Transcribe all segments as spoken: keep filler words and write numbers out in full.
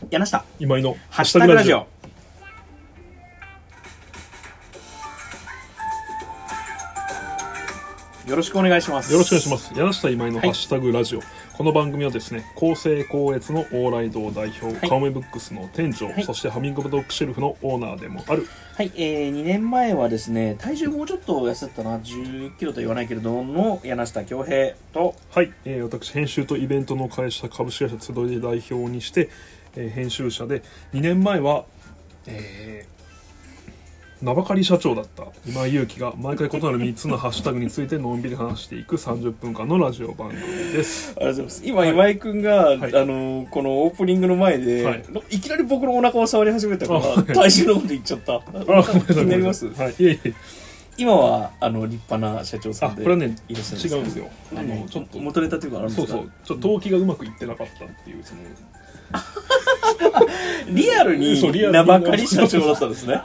柳下今井のハッシュタグラジオ。よろしくお願いします。 よろしくお願いします。柳下今井のハッシュタグラジオ、はい、この番組はですね、公正高越の往来堂代表、はい、カモメブックスの店長、はい、そしてハミングドッグシェルフのオーナーでもある、 はい、えー、にねんまえはですね、体重もうちょっと痩せたな、じゅっキロと言わないけれども、柳下恭平と、 はい、えー、私編集とイベントの会社株式会社集いで代表にして、えー、編集者で、にねんまえは、えー名ばかり社長だった今井祐希が毎回異なるみっつのハッシュタグについてのんびり話していくさんじゅっぷんかんのラジオ番組です。 ありがとうございます。今、はい、今井くんが、はい、あのこのオープニングの前で、はい、いきなり僕のお腹を触り始めたから、はい、体重のこと言っちゃった。あ気になります、 はい、いえいえ。 今はあの立派な社長さんであ、これはねいらっしゃるんです違うんですよ。 あのちょっと元ネタというかあるんですか。 そうそう、ちょっと動機がうまくいってなかったっていうそのリアルに名ばかり社長だったんですね。はい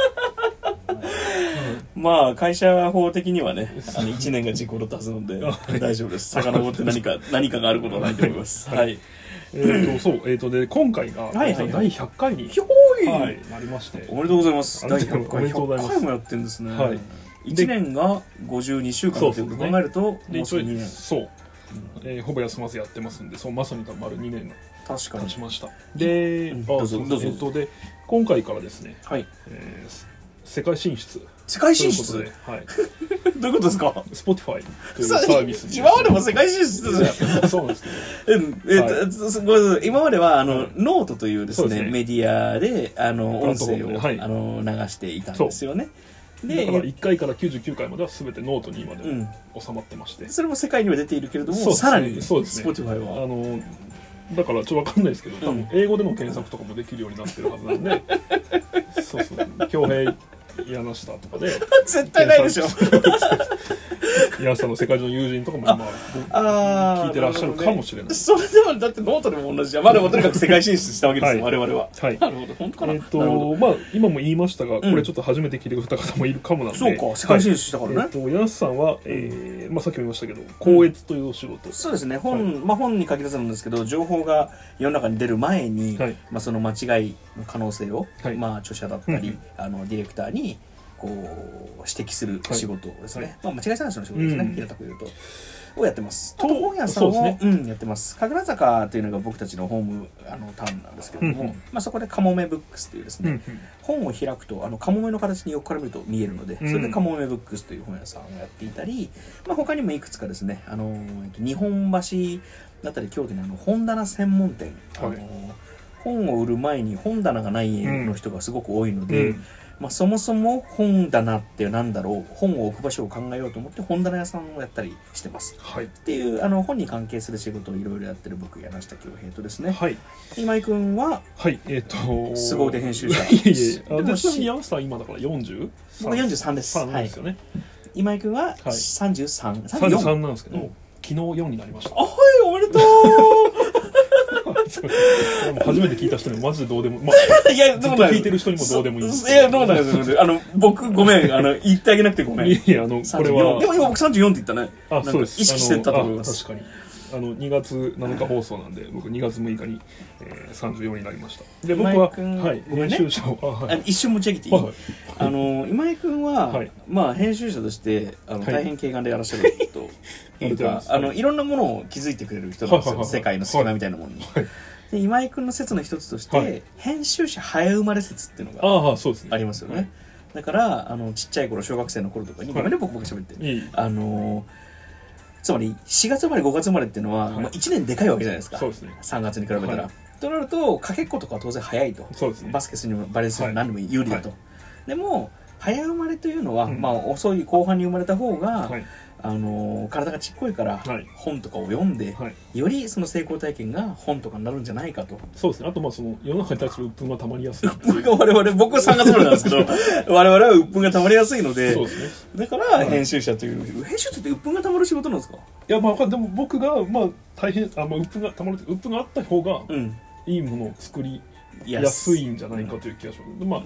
まあ会社法的にはね、あのいちねんが時効だったはずなので大丈夫です。遡って何か何かがあることはないと思います。はい。はい、 えーとそうえーとで今回が、はいはいはい、だいひゃっかいに、はい、なりまして、 おめでとうございます。だいひゃっかい、 ひゃっかいもやってんですね。はい。いちねんがごじゅうにしゅうかんということを考えると、もうすぐにねん。 そう。えー、ほぼ休まずやってますんで、そうまさに丸にねんが確かに経ちました。で、 うん、どうぞどうぞ。 えーとで今回からですね、 はい。 えー世界進出世界進出ということで、はい、 どういうことですか。 Spotify というサービスに今までも世界進出じゃんそうなんですけど、うんえーはい、今まではあの、はい、ノートというですね、ですねメディアであの音声を、はい、あの流していたんですよね。 でだからいっかいからきゅうじゅうきゅうかいまでは全てノートに今でも収まってまして、うん、 それも世界には出ているけれども、 そうですね、 さらにそうですね、 Spotify はあのだからちょっと分かんないですけど、多分英語での検索とかもできるようになってるはずなんでそうそう恭平柳下とかで絶対ないでしょ柳下の世界中の友人とかも今聞いてらっしゃるかもしれない、ね、 それでもだってノートでも同じじゃん。まあでもとにかく世界進出したわけですよ、はい、我々は。 はい、 なるほど、本当かな。 えっとまあ今も言いましたが、これちょっと初めて聞いてくれた方もいるかもなんで、 そうか、世界進出したからね。 はい、えっと柳下さんは、えーまあ、さっきも言いましたけど校閲というお仕事、うん、 そうですね、本、はい、まあ、本に限らずなんですけど、情報が世の中に出る前に、はい、まあ、その間違いの可能性を、はい、まあ、著者だったり、うん、あのディレクターにこう指摘する仕事ですね、はい、まあ、間違い探しの仕事ですね、うん、平たく言うとをやってます。あと本屋さんを、ね、うん、やってます。神楽坂というのが僕たちのホームあのタウンなんですけれども、うんうん、まあ、そこでカモメブックスというですね、うんうん、本を開くとあのカモメの形に横から見ると見えるので、それでカモメブックスという本屋さんをやっていたり、まあ、他にもいくつかですね、あの日本橋だったり京都にあの本棚専門店、はい、あの本を売る前に本棚がない家の人がすごく多いので、うん、まあ、そもそも本棚ってなんだろう、本を置く場所を考えようと思って本棚屋さんをやったりしてます、はい、っていうあの本に関係する仕事をいろいろやってる僕柳下恭平とですね、はい、今井くんははいえっ、ー、と凄腕編集者いえいえでちなみに柳下さん今だからよんじゅう？ 僕よんじゅうさんです。 さんですよね、はい、 今井くんはさんじゅうさん、 さんじゅうさんなんですけど、うん、昨日よんになりました。 あ、はい、おめでとう初めて聞いた人にもマジでどうでも、まあ、いや、でも聞いてる人にもどうでもいいです。 いや、どうなんですよ。あの、僕、ごめん、あの、言ってあげなくてごめん。 いや、あの、これは。 でも今僕さんじゅうよんって言ったね。 あ、そうです。 意識してたと思います。 確かに。あの、にがつなのか放送なんで、僕にがつむいかに、えー、さんじゅうよんになりました。で、僕は、はい、編集者を、 はい、一瞬持ち上げていい、はい、あの、今井くんは、はい、まあ、編集者として、あの、大変軽眼でやらっしゃると。いうか、あの、いろんなものを気づいてくれる人なんですよ。世界の隙間みたいなものに。で今井くんの説の一つとして、はい、編集者早生まれ説っていうのがありますよね。ああ、そうですね。だからあのちっちゃい頃小学生の頃とかに、はい、ごめんね僕僕喋って、いいあのつまりしがつ生まれごがつ生まれっていうのは、はい、まあ、いちねんでかいわけじゃないですか。そうですね。さんがつに比べたら、はい、となるとかけっことかは当然早いと。そうですね。バスケするにもバレーするにも何でも有利だと、はい、でも早生まれというのは、うん、まあ、遅い後半に生まれた方が、はい、あの体がちっこいから本とかを読んで、はい、よりその成功体験が本とかになるんじゃないかと。 そうですね。あとまあその世の中に対する鬱憤がたまりやすい。 鬱憤が我々、僕はさんがつまでなんですけど我々は鬱憤がたまりやすいので、そうですね、だから編集者という、はい、編集者って鬱憤がたまる仕事なんですか。 いや、まあでも僕がまあ大変あ、まあ、鬱憤がたまる鬱憤があった方がいいものを作りやすいんじゃないかという気がします、うん、まあ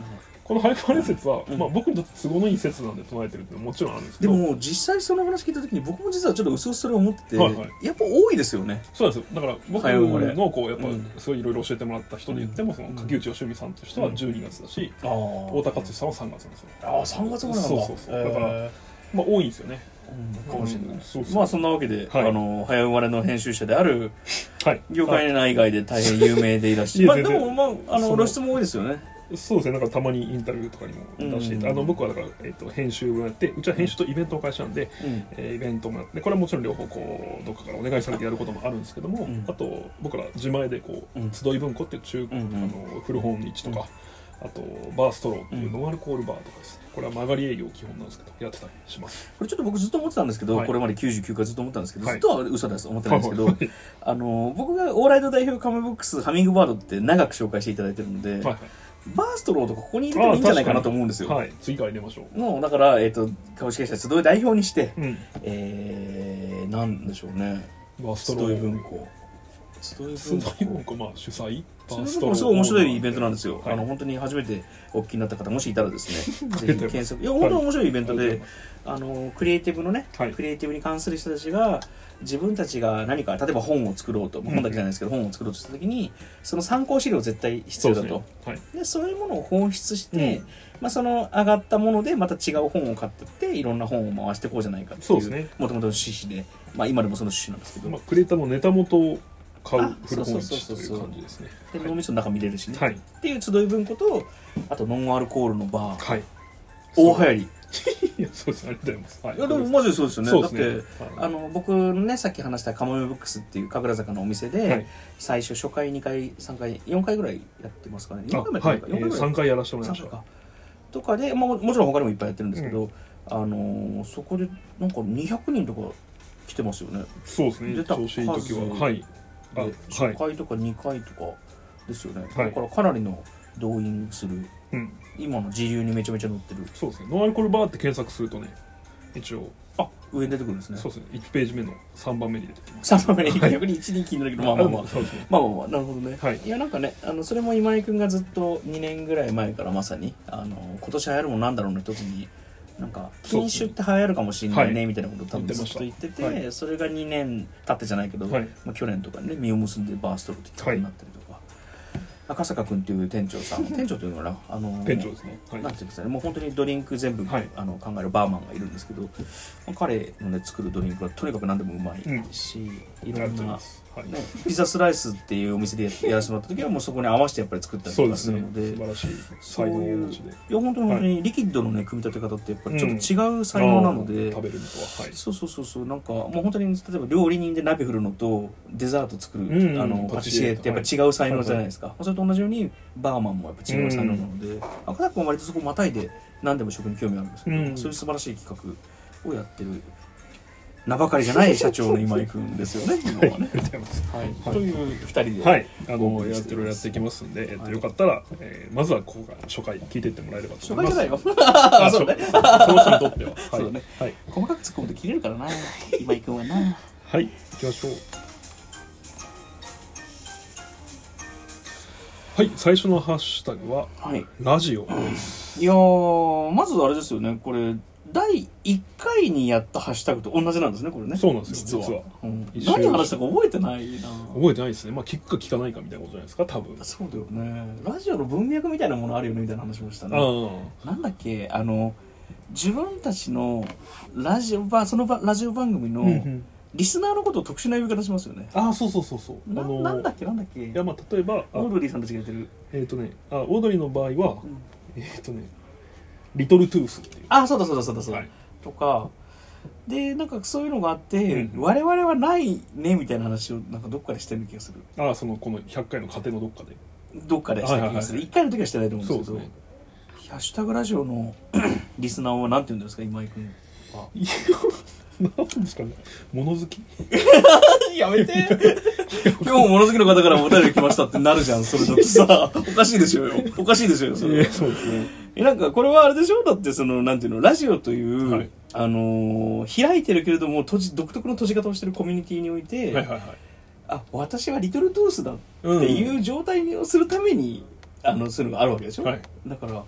この早川連説は、うん、まあ、僕にとって都合のいい説なんで唱えてるっていうのはもちろんあるんですけど、でも実際その話聞いた時に僕も実はちょっと薄々それを思ってて、はいはい、やっぱ多いですよね。 そうなんですよ。だから僕のこうやっぱすごいいろいろ教えてもらった人で言っても、その柿内義美さんとしてはじゅうにがつだし、うん、太田勝志さんはさんがつなんですよ。 ああ、さんがつもなんだ。 そうそうそう、だから、まあ、多いんですよね。 うん、かもしれない。そうそう、まあそんなわけで、はい、あの早生まれの編集者である、はい、業界内外で大変有名でいらっしゃる、まあ、でも、まあ、あの露出も多いですよね。 そうですね。なんかたまにインタビューとかにも出していて、うん、あの僕はだから、えー、と編集をやって、うちは編集とイベントの会社なんで、うん、えー、イベントもやって、これはもちろん両方こうどっかからお願いされてやることもあるんですけども、うん、あと僕ら自前でこう、うん、集い文庫っていう中、うん、あの古本市とか、うん、あとバーストローっていうノンアルコールバーとかですね、これは曲がり営業基本なんですけどやってたりします。 これちょっと僕ずっと思ってたんですけど、はい、これまできゅうじゅうきゅうかいずっと思ったんですけど、はい、ずっとは嘘です思ってたんですけど、はい、あの僕がオーライド代表カムブックスハミングバードって長く紹介していただいてるので、はいはい、バーストローとかここに入れてもいいんじゃないかなと思うんですよ。 はい、次から入れましょう。 もうだから、えー、と株式会社集い代表にして、うん、えー、なんでしょうね、 バーストロー集い文庫集い文庫、まあ主催バーストローすごい面白いイベントなんですよ。はい、あの本当に初めてお聞きになった方もしいたらですねぜひ検索、いや本当に面白いイベントで、はい、あのクリエイティブのね、はい、クリエイティブに関する人たちが自分たちが何か例えば本を作ろうと、うん、本だけじゃないですけど本を作ろうとした時にその参考資料絶対必要だと。そうですね、はい、でそういうものを放出して、うん、まあ、その上がったものでまた違う本を買っていっていろんな本を回していこうじゃないかっていうもともとの趣旨で、まあ、今でもその趣旨なんですけど、 まあ、クリエイターのネタ元を買う古本市という感じですね。 で脳みその中見れるしね、はい、っていう集い文庫とあとノンアルコールのバー、はい、大流行りいやそうです、ありがとうございます、はい、 いやでもマジでそうですよね。 そうですね、 だって、はい、あの僕のねさっき話したカモメブックスっていう神楽坂のお店で、はい、最初初回にかいさんかいよんかいぐらいやってますかね。よんかいもやってるか、 はい、さんかいやらせてもらいましたとかで、まあ、もちろん他にもいっぱいやってるんですけど、うん、あのー、そこでなんかにひゃくにんとか来てますよね。 そうですね、 出た調子いい時は、はい、 で初回とかにかいとかですよね、はい、だからかなりの動員する、うん、今の自由にめちゃめちゃ載ってる。 そうですね、ノンアルコールバーって検索するとね一応あ上に出てくるんですね。 そうですね、いちページ目のさんばんめに出てきます。 さんばんめに逆にいちにん気になるけど、まあまあまあそうですね、まあまあまあなるほどね、はい、いやなんかね、あのそれも今井くんがずっとにねんぐらい前からまさにあの今年流行るもんなんだろうの一つになんか禁酒って流行るかもしれないねみたいなことを多分ずっと言ってて、はい、それがにねん経ってじゃないけど、はい、まあ、去年とかね実を結んでバーストローって企画になったりとか、はい、赤坂君っていう店長さん店長というのかな、あの店長ですね、 はい、なんていうんですかね、もう本当にドリンク全部、はい、あの考えるバーマンがいるんですけど、まあ、彼の、ね、作るドリンクはとにかく何でもうまいし、うん、いろんなはいね、ピザスライスっていうお店でやらせてもらった時はもうそこに合わせてやっぱり作ったりとかするので、 そうですね、素晴らしい才能をお持ちで、 いや本当に本当にリキッドのね組み立て方ってやっぱりちょっと違う才能なので、 うん、食べるのとは、はい、 そうそうそうそう、なんかもう本当に例えば料理人で鍋振るのとデザート作る、うん、あのパティシエってやっぱ違う才能じゃないですか、はいはい、それと同じようにバーマンもやっぱ違う才能なので、うん、赤坂君は割とそこまたいで何でも食に興味あるんですけど、うん、そういう素晴らしい企画をやってる名ばかりじゃない社長の今井君ですよね。今はね。はい。というふたりで、 はい、あのやってるやっていきますんで、えっとよかったら、えー、まずはここが初回聞いていってもらえればと思います。 初回じゃないよ。あ、そうね。 その人にとっては、 そうだね。はい。細かく突っ込むと切れるからな。今井君はな。 はい。行きましょう。はい、最初のハッシュタグは、はい、ラジオです。 いやー、まずあれですよね。これ。だいいっかいにやったハッシュタグと同じなんですね、これね。 そうなんですよ、 実は。実はうん、何話したか覚えてないな。 覚えてないですね。まあ、聞くか聞かないかみたいなことじゃないですか、多分。 そうだよね。ラジオの文脈みたいなものあるよねみたいな話もしたね。なんだっけ、あの、自分たちのラジオば、そのばラジオ番組のリスナーのことを特殊な呼び方しますよね。 ああ、そうそうそうそう。 な, あのなんだっけ、なんだっけ。いや、まあ、例えば、 オードリーさんたちがやってる。 えっ、ー、とね、あ、オードリーの場合は、うん、えっ、ー、とね、リトルトゥースっていう。 あ、そうだそうだそうだそうだ。はい、とかでなんかそういうのがあって、うん、我々はないねみたいな話をなんかどっかでしてる気がする。 ああ、そのこのひゃっかいの過程のどっかでどっかでした気がする。いっかいの時はしてないと思うんですけど、ね、ハッシュタグラジオのリスナーはなんて言うんですか、今井君は。 いやなんですかね、物好きやめて今日も物好きの方からお便り来ましたってなるじゃん。それだとさおかしいでしょうよ。おかしいでしょうよそれ。 そうですね。 えなんかこれはあれでしょ、だってそのなんていうの、ラジオという、はい、あのー、開いてるけれども閉じ独特の閉じ方をしてるコミュニティにおいて、はいはいはい、あ、私はリトルトゥースだっていう状態をするために、うん、あのそういうのがあるわけでしょ、はい、だからハ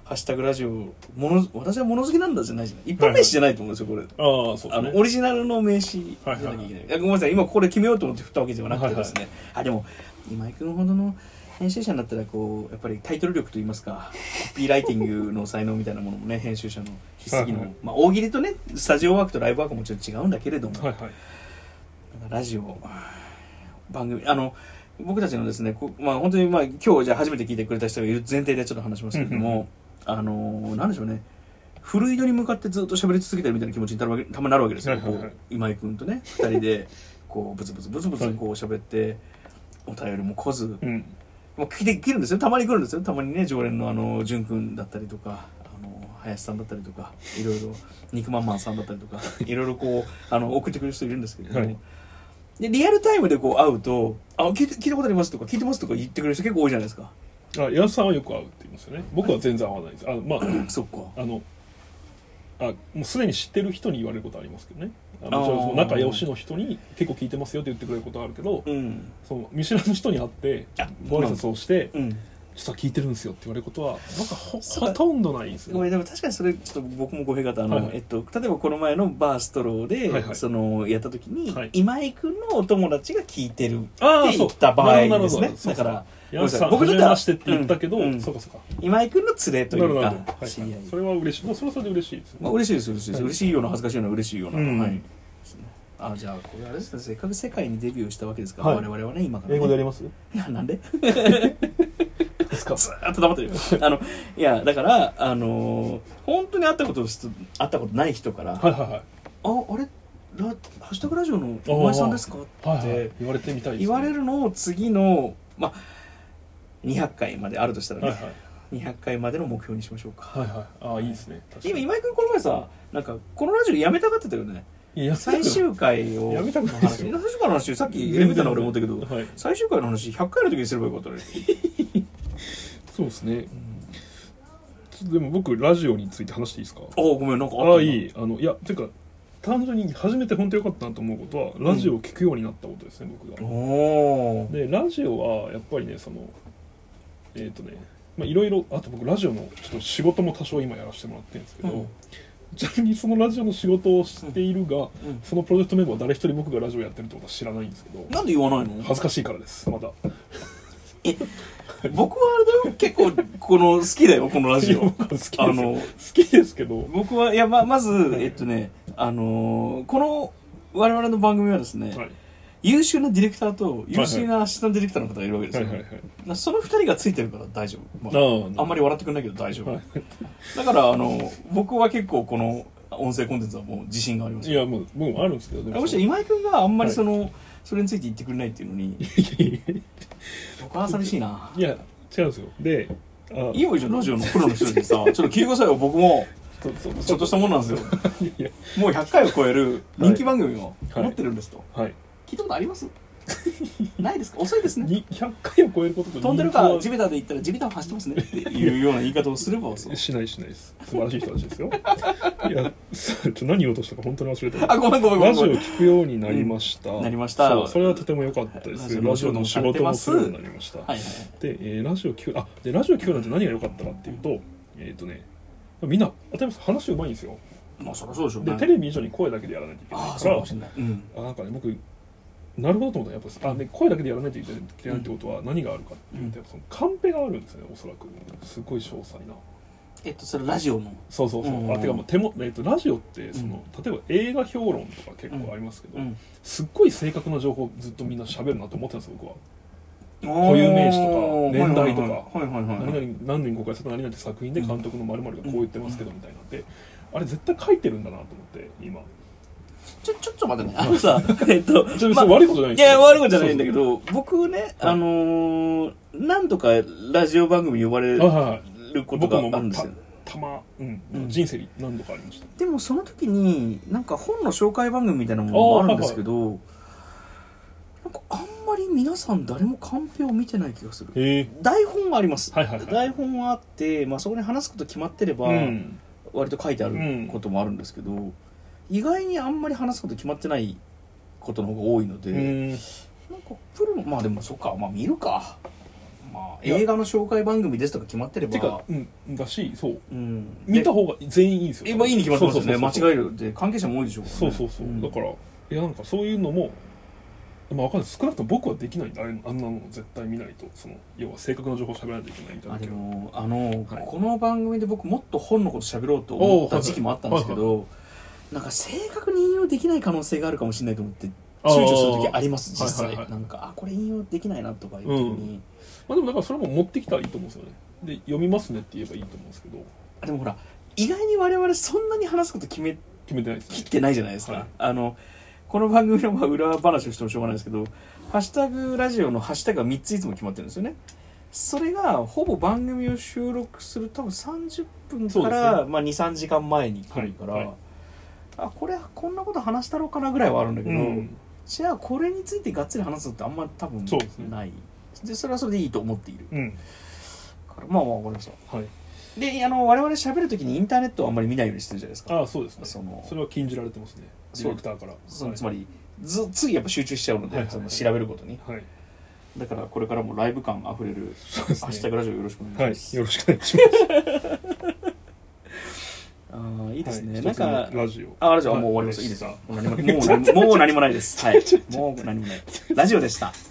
ハッシュタグラジオもの私は物好きなんだじゃないじゃない、一般名詞じゃないと思うんですよこれ。 ああ、そうですね。 あのオリジナルの名詞じゃなきゃいけない、はいはいはい、ごめんなさい今これ決めようと思って振ったわけではなくてですね、はいはい、あでも今井君ほどの編集者になったらこうやっぱりタイトル力といいますかコピーライティングの才能みたいなものもね編集者の筆跡の、はいはい、まあ、大喜利とねスタジオワークとライブワークもちろん違うんだけれども、はいはい、ラジオ番組あの僕たちのですね、まあ、本当にまあ今日じゃあ初めて聞いてくれた人がいる前提でちょっと話しますけれども、うんうん、あのなんでしょうね、古井戸に向かってずっと喋り続けてるみたいな気持ちにたまになるわけですよ、はいはいはい、こう今井君とねふたりでこうブツブツブツブツこう喋って、はい、お便りも来ず、うん、もう聞いてきるんですよ、たまに来るんですよ、たまにね常連のあの淳君だったりとかあの林さんだったりとかいろいろ肉まんまんさんだったりとかいろいろこうあの送ってくれる人いるんですけども、はい、でリアルタイムでこう会うとあ聞いて聞いたことありますとか聞いてますとか言ってくれる人結構多いじゃないですか。 あ、矢田さんはよく会うって言いますよね。僕は全然会わないです。あのまあそっか、 あのあもうすでに知ってる人に言われることありますけどね。あのその仲良しの人に結構聞いてますよって言ってくれることあるけど、うん、その見知らぬ人に会ってご挨拶をして、うん、実は聞いてるんですよって言われることはなんか ほ, ほとんどないんですよ。 ごめんでも確かにそれちょっと僕も語弊があったあの、はいはい、えっと、例えばこの前のバーストローで、はいはい、そのやった時に、はい、今井君のお友達が聞いてるって言った場合ですね。だから矢田さん僕とはしてって言ったけど、うんうん、そうかそうか今井君の連れというか、はいはい、 知り合い、それは嬉しい、まあ、それはそれで嬉しいですね、 まあ、嬉しいです嬉しいです、はい、嬉しいような恥ずかしいような嬉しいような、うん、はい、あ、じゃあこれあれですね、せっかく世界にデビューしたわけですから、はい、我々はね今から、ね、 英語でやります？ いやなんでですかずーっと黙ってるあのいやだからあのー、本当に会ったこと会ったことない人から、はいはいはい、ああれラハッシュタグラジオのお前さんですかって、はいはい、 言われてみたいです、ね、 言われるのを次のまあにひゃっかいまであるとしたらね、はいはい、にひゃっかいまでの目標にしましょうか。 はいはい、ああいいですね。 今今井君この前さなんかこのラジオやめたがってたよね。いや最終回をやめたくないですよ。 最終回の話さっきやめたの俺思ったけど、はい、最終回の話ひゃっかいの時にすればよかったねそうですね、うん、でも僕ラジオについて話していいですか？ あごめんなんかあったああいいあのいやてか単純に初めて本当良かったなと思うことはラジオを聞くようになったことですね、うん、僕が。おでラジオはやっぱりねそのえっ、ー、とねまあいろいろあと僕ラジオのちょっと仕事も多少今やらせてもらってるんですけど、うん、ちなみにそのラジオの仕事をしているが、うんうん、そのプロジェクトメンバーは誰一人僕がラジオやってるってことは知らないんですけど。 なんで言わないの？ 恥ずかしいからですまだえ僕はあれだよ結構この好きだよこのラジオ好きですあの好きですけど僕はいや ま, まずえっとねあのー、この我々の番組はですね、はい、優秀なディレクターと優秀なアシスタントディレクターの方がいるわけですよ、はいはいはい、そのふたりがついてるから大丈夫、まあ、あんまり笑ってくれないけど大丈夫、はい、だからあの僕は結構この音声コンテンツはもう自信があります。 いやもう僕もあるんですけどもし今井君があんまりその、はい、それについて言ってくれないっていうのに僕は寂しいな。 いや違うんですよ。であいいよいいじゃんラジオのプロの人でさちょっと聞いてくださいよ僕もちょっとしたもんなんですよいやもうひゃっかいを超える人気番組を持ってるんですと、はいはい、聞いたことありますないですか？遅いですね。 ひゃっかいを超えることと飛んでるか地べたで言ったら地べたを走ってますねっていうような言い方をすればそうしないしないです素晴らしい人たちですよいやちょ何言おうとしたか本当に忘れてあごめんごめんごめんラジオを聞くようになりました、 うん、なりましたそうそれはとても良かったです。ラジオの仕事もするようになりました、はいはい、で、えー、ラジオ聞くあでラジオ聞くなんて何が良かったかっていうと、うん、えっ、ー、とねみんな当たり前話うまいんですよ。 まあそりゃそうでしょうね。 でテレビ以上に声だけでやらないといけないからあそうかもしれない、うん、あなんかね僕なるほどと思ったらやっぱあ、ね、声だけでやらないといけないってことは何があるかっていうと、うん、そのカンペがあるんですよねおそらくすごい詳細なえっとそれラジオのそうそうそう、うん、あてかもう手も、えっと、ラジオってその、うん、例えば映画評論とか結構ありますけど、うん、すっごい正確な情報ずっとみんな喋るなと思ってたんですよ僕は。固有名詞とか年代とか何年公開された何々って作品で監督の〇〇がこう言ってますけどみたいなんであれ絶対書いてるんだなと思って今ちょ、ちょっと待ってね。あのさ、えっと、 まあ、悪いことじゃないんですよ。 いや、悪いことじゃないんだけど、僕ね、あのー、何度かラジオ番組呼ばれることがあるんですよ。 たま、うん、うん、人生に何度かありました。 でもその時に、なんか本の紹介番組みたいなものもあるんですけど、はいはい、なんかあんまり皆さん誰もカンペを見てない気がする。台本はあります。はいはいはい、台本はあって、まあ、そこに話すこと決まってれば、うん、割と書いてあることもあるんですけど、うん意外にあんまり話すこと決まってないことの方が多いのでなんかプロのまあでもそっかまあ見るかまあ、映画の紹介番組ですとか決まってればてか、うん、だしそう、 うん、 見た方が全員いいんですよ。 今いいに決まってますよね。間違えるって関係者も多いでしょうからね。 そうそうそう、うん、だからいやなんかそういうのもまあ、わかんない少なくとも僕はできないんだあれあんなの絶対見ないとその要は正確な情報を喋らないといけないみたいな。 あでもあの、はい、この番組で僕もっと本のこと喋ろうと思った時期もあったんですけど、はいはい、なんか正確に引用できない可能性があるかもしれないと思って躊躇する時あります実際、はいはいはい、なんかあこれ引用できないなとかいう時に、うん、 まあ、でもだからそれも持ってきたらいいと思うんですよね。で読みますねって言えばいいと思うんですけど、 あでもほら意外に我々そんなに話すこと決め決めてないです、ね、 切ってないじゃないですか、 はい、 あのこの番組の裏話をしてもしょうがないですけどハッシュタグラジオのハッシュタグがみっついつも決まってるんですよね。それがほぼ番組を収録する多分さんじゅっぷんから、ねまあ、にさんじかんまえに来るから、はいはい、あこれこんなこと話したろうかなぐらいはあるんだけど、うん、じゃあこれについてがっつり話すってあんま多分ない。そ で, でそれはそれでいいと思っている、うん、からまあまあ分かりました、はい、であの我々喋るときにインターネットをあんまり見ないようにしてるじゃないですか。 ああそうですね。そのそれは禁じられてますねディレクターから。 そのつまりずついやっぱ集中しちゃうので、はいはいはい、その調べることに、はい、だからこれからもライブ感あふれる、ね、ハッシュタグラジオよろしくお願いします、 はい、よろしくお願いしますああいいですね、 はい、 なんかラジオあラジオ、はい、もう終わりました。いいですか。もう何ももう何ももう何もないですはいもう何もないラジオでした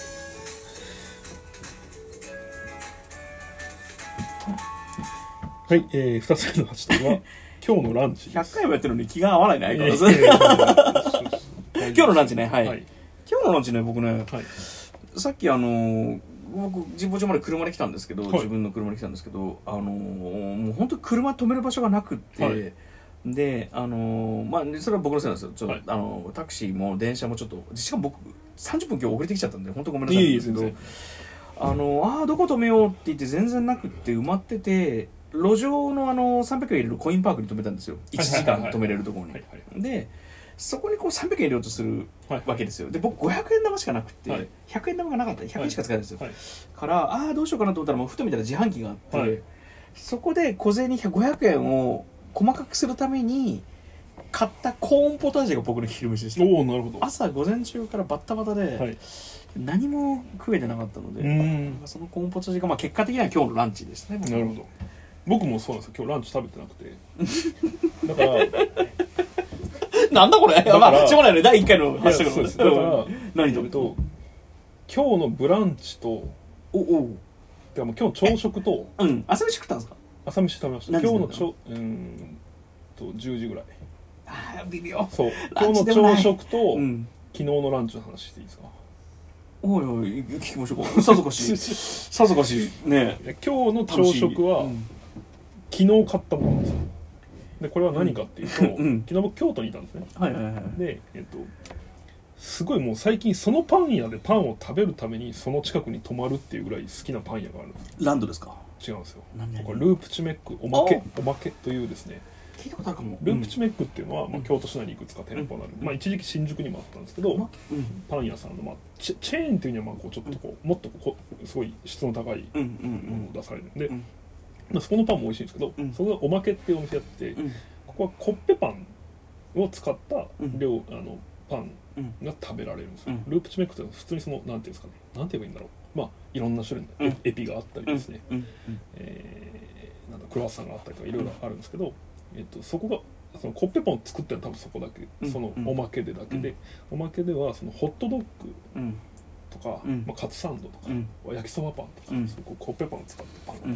はい、えー、ふたつめのハッシュタグは今日のランチです。 ひゃっかいもやってるのに気が合わないね相変わらず、今日のランチね、はい、はい、今日のランチね僕ね、はい、さっきあのー、僕神保町まで車で来たんですけど、はい、自分の車で来たんですけど、あのー、もう本当に車止める場所がなくって、はい、であのー、まあそれは僕のせいなんですよ。ちょっと、はい、あのタクシーも電車もちょっとしかも僕さんじゅっぷん今日遅れてきちゃったんで本当ごめんなさいんですけど、あのー、あどこ止めようって言って全然なくって埋まってて、路上のあのさんびゃくえん入れるコインパークに止めたんですよ。いちじかん止めれるところに、はいはいはい、でそこにこうさんびゃくえん入れようとするわけですよ。で僕ごひゃくえん玉しかなくて、はい、ひゃくえん玉がなかったひゃくえんしか使えないんですよ、はいはい、からああどうしようかなと思ったらもうふと見たら自販機があって、はい、そこで小銭ごひゃくえんを細かくするために買ったコーンポタージュが僕の昼飯でした。 おーなるほど。 朝午前中からバッタバタで、はい、何も食えてなかったので、うんそのコーンポタージュが、まあ、結果的には今日のランチでしたね。 なるほど。僕もそうなんですよ。今日ランチ食べてなくてだからなんだこれまあしょうがないねだいいっかいのハッシュタグのだから何とと今日のブランチとおおでも今日朝食とうん朝飯食ったんですか。 朝飯食べました。今日のちょうんとじゅうじぐらい。 ああ微妙。 そう今日の朝食と、うん、昨日のランチの話していいですか。 おいおい聞きましょうか。さぞかしさぞかしね。 今日の朝食は、うん、昨日買ったものなんですよ。でこれは何かっていうと、うん、昨日僕京都にいたんですね、 はいはいはい、 で、えっと、すごいもう最近そのパン屋でパンを食べるためにその近くに泊まるっていうぐらい好きなパン屋があるんです。 ランドですか。 違うんですよ。これループチメックおまけおまけというですね、 聞いたことあるかも。 ループチメックっていうのは、うんまあ、京都市内にいくつか店舗がある、うんまあ、一時期新宿にもあったんですけど、うん、パン屋さんの、まあ、チ, チェーンっていうにはまあこうちょっとこう、うん、もっとこうすごい質の高いものを出されるんで、うんうんまあ、そこのパンも美味しいんですけど、うん、そこがおまけっていうお店やって、うん、ここはコッペパンを使った量、うん、あのパンが食べられるんですよ、うん、ループチメックって普通にそのなんていうんですかね、なんて言えばいいんだろう、まあいろんな種類の、うん、エピがあったりですね、うんうんえー、なんだクロワッサンがあったりとかいろいろあるんですけど、うんえっと、そこがそのコッペパンを作ってるのは多分そこだけ、うん、そのおまけでだけで、うん、おまけではそのホットドッグとか、うんまあ、カツサンドとか、うん、焼きそばパンとか、うん、そこコッペパンを使ってパン、うん、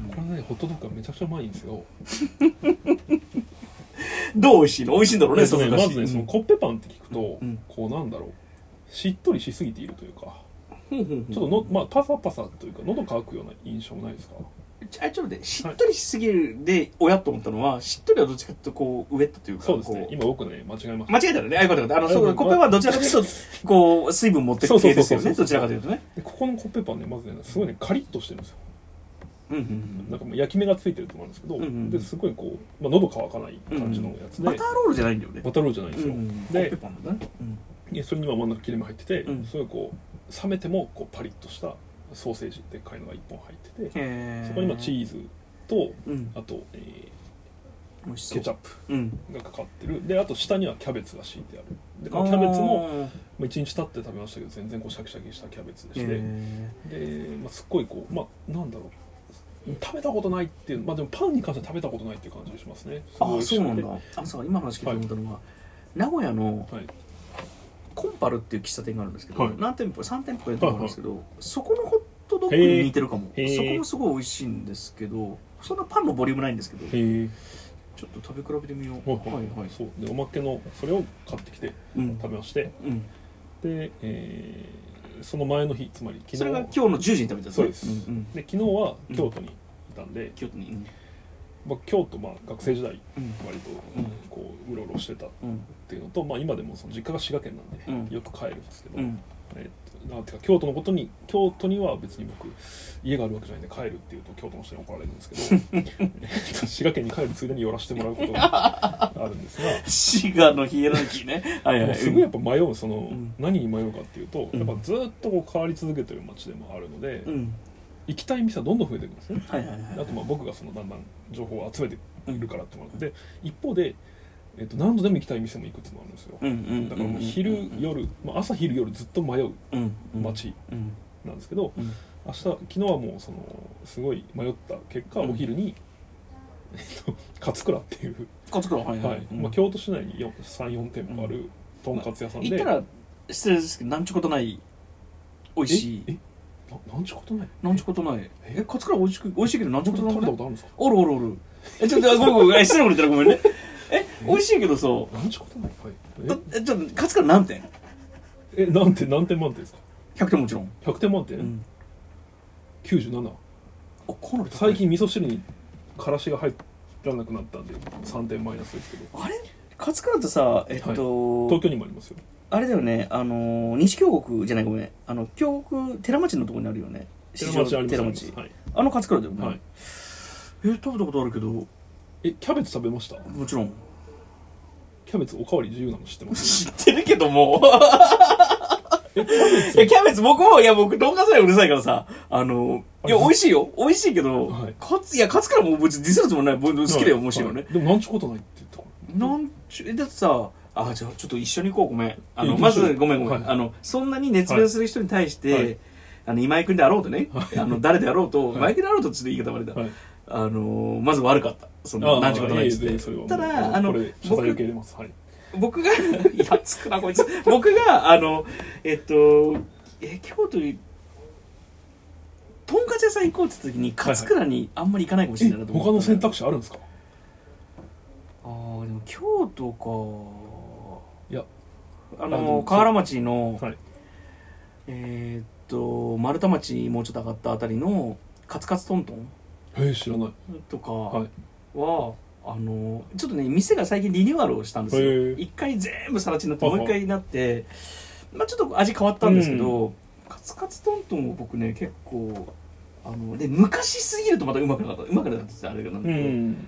これねホットドッグがめちゃくちゃうまいんですよどう美味しいの？美味しいんだろうね。 そねまずね、そのコッペパンって聞くと、うん、こうなんだろうしっとりしすぎているというか、ちょっとの、まあ、パサパサというか喉乾くような印象もないですか？ あちょっとでしっとりしすぎるで親と思ったのは、しっとりはどっちかというとこうウエットというか、 そうですね。今僕ね間違えました。 間違えたらね、あよかったよかった。あのそうコッペパンはどちらかというとこう水分持ってる系ですよね。どちらかというとね。 ここのコッペパンねまずねすごいねカリッとしてるんですよ。うんうんうん、なんか焼き目がついてると思うんですけど、うんうん、ですごいこう、まあ、喉乾かない感じのやつで、うん、 バターロールじゃないんだよね。 バターロールじゃないんですよ、うん、でコッペパンだね、 うん、それには真ん中切れ目入ってて、うん、すごいこう冷めてもこうパリッとしたソーセージでっかいのがいっぽん入ってて、そこにまあチーズと、うん、あと、えケチャップがかかってる、うん、であと下にはキャベツが敷いてある。でこのキャベツもまあ、いちにち経って食べましたけど全然こうシャキシャキしたキャベツでして、で、まあ、すっごいこうまあなんだろう食べたことないっていうまあでもパンに関しては食べたことないっていう感じがしますね。すごいあそうなんだ。あそう今の話聞いて思ったのは、はい、名古屋の、はい、コンパルっていう喫茶店があるんですけど、はい、何店舗さん店舗やってるんですけど、はいはい、そこのホットドッグに似てるかも。そこもすごい美味しいんですけどそんなパンのボリュームないんですけどちょっと食べ比べてみよう。はいはいはい。 そうでおまけのそれを買ってきて食べまして、うん、で、えー、その前の日つまり昨日それが今日のじゅうじに食べたんですね。 そうです、うんうん、で昨日は京都にいたんで、 うん、京都に、うんまあ、京都、まあ、学生時代割とこううろうろしてたっていうのと、まあ、今でもその実家が滋賀県なんで、うん、よく帰るんですけど、うんえーなんていうか京都のことに京都には別に僕家があるわけじゃないんで帰るっていうと京都の人に怒られるんですけど滋賀県に帰るついでに寄らせてもらうことがあるんですが滋賀のヒエラルキーねはいはい、 すごいやっぱ迷うその、うん、何に迷うかっていうと、うん、やっぱずっとこう変わり続けてる街でもあるので、うん、行きたい店はどんどん増えていくんですね、はいはいはいはい、あとまあ僕がそのだんだん情報を集めているからってもらって、うん、一方でえー、と何度でも行きたい店もいくつもあるんですよ、うんうん、だからもう昼夜、まあ、朝昼夜ずっと迷う街なんですけど、うんうん、明日昨日はもうそのすごい迷った結果、うん、お昼に、えー、と勝倉っていう勝倉はいはい、 はいまあ、京都市内に さん,よん 店舗あるとんかつ屋さんで、 まあ、行ったら失礼ですけどなんちゅうことない美味しいええななんちゅうことないなんちゅうことないえ勝倉美味しく美味しいけどなんちゅうことない食べたことあるんですか。 おるおるおるえちょっとごめんごめん失礼なこと言ったらごめんねえ美味しいけどさなんちゅうことないはいえちょっと勝倉何点え何点何点満点ですか。 ひゃくてんもちろんひゃくてん満点、うん、きゅうじゅうなな。 あかなり最近味噌汁にからしが入らなくなったんでさんてんマイナスですけどあれ勝倉ってさえっと、はい、 東京にもありますよ。 あれだよねあの西京極じゃないごめんあの京極寺町のところにあるよね。 寺町あります。 寺町、はい、あの勝倉だよね、はい、え食べたことあるけどえキャベツ食べました。 もちろんキャベツおかわり自由なの知ってます？ 知ってるけどもえキャベツえキャベツ僕もいや僕とんかつはうるさいからさあのいや美味しいよ美味しいけど、はい、かついや勝つからも別にディスるつもない僕好きだよ、はい、もちろんね、はい、 でもなんちゅうことないって言ったからなんちゅうだってさあじゃあちょっと一緒に行こうごめんあのまずごめんごめん、はい、あのそんなに熱弁する人に対して、はい、あの今井君であろうとね、はい、あの誰であろうと、はい、今井君であろうとちょっと言い方悪いだ、はい、あのまず悪かったそのなんちゅうことないっつってただあの僕僕がいやつくなこいつ僕があのえっとえ京都にとんかつ屋さん行こうって言った時に勝倉にあんまり行かないかもしれないなと思って、 他の選択肢あるんですか。 あーでも京都かいやあの河原町の、はい、えー、っと丸太町にもうちょっと上がったあたりのカツカツトントンへえ知らないとかは、はいあのちょっとね店が最近リニューアルをしたんですよ。一回全部更地になってもう一回になって、まあ、ちょっと味変わったんですけど、うん、カツカツトントンを僕ね結構あので昔すぎるとまたうまくなかったうまくなかったってあれなんだけど、うん、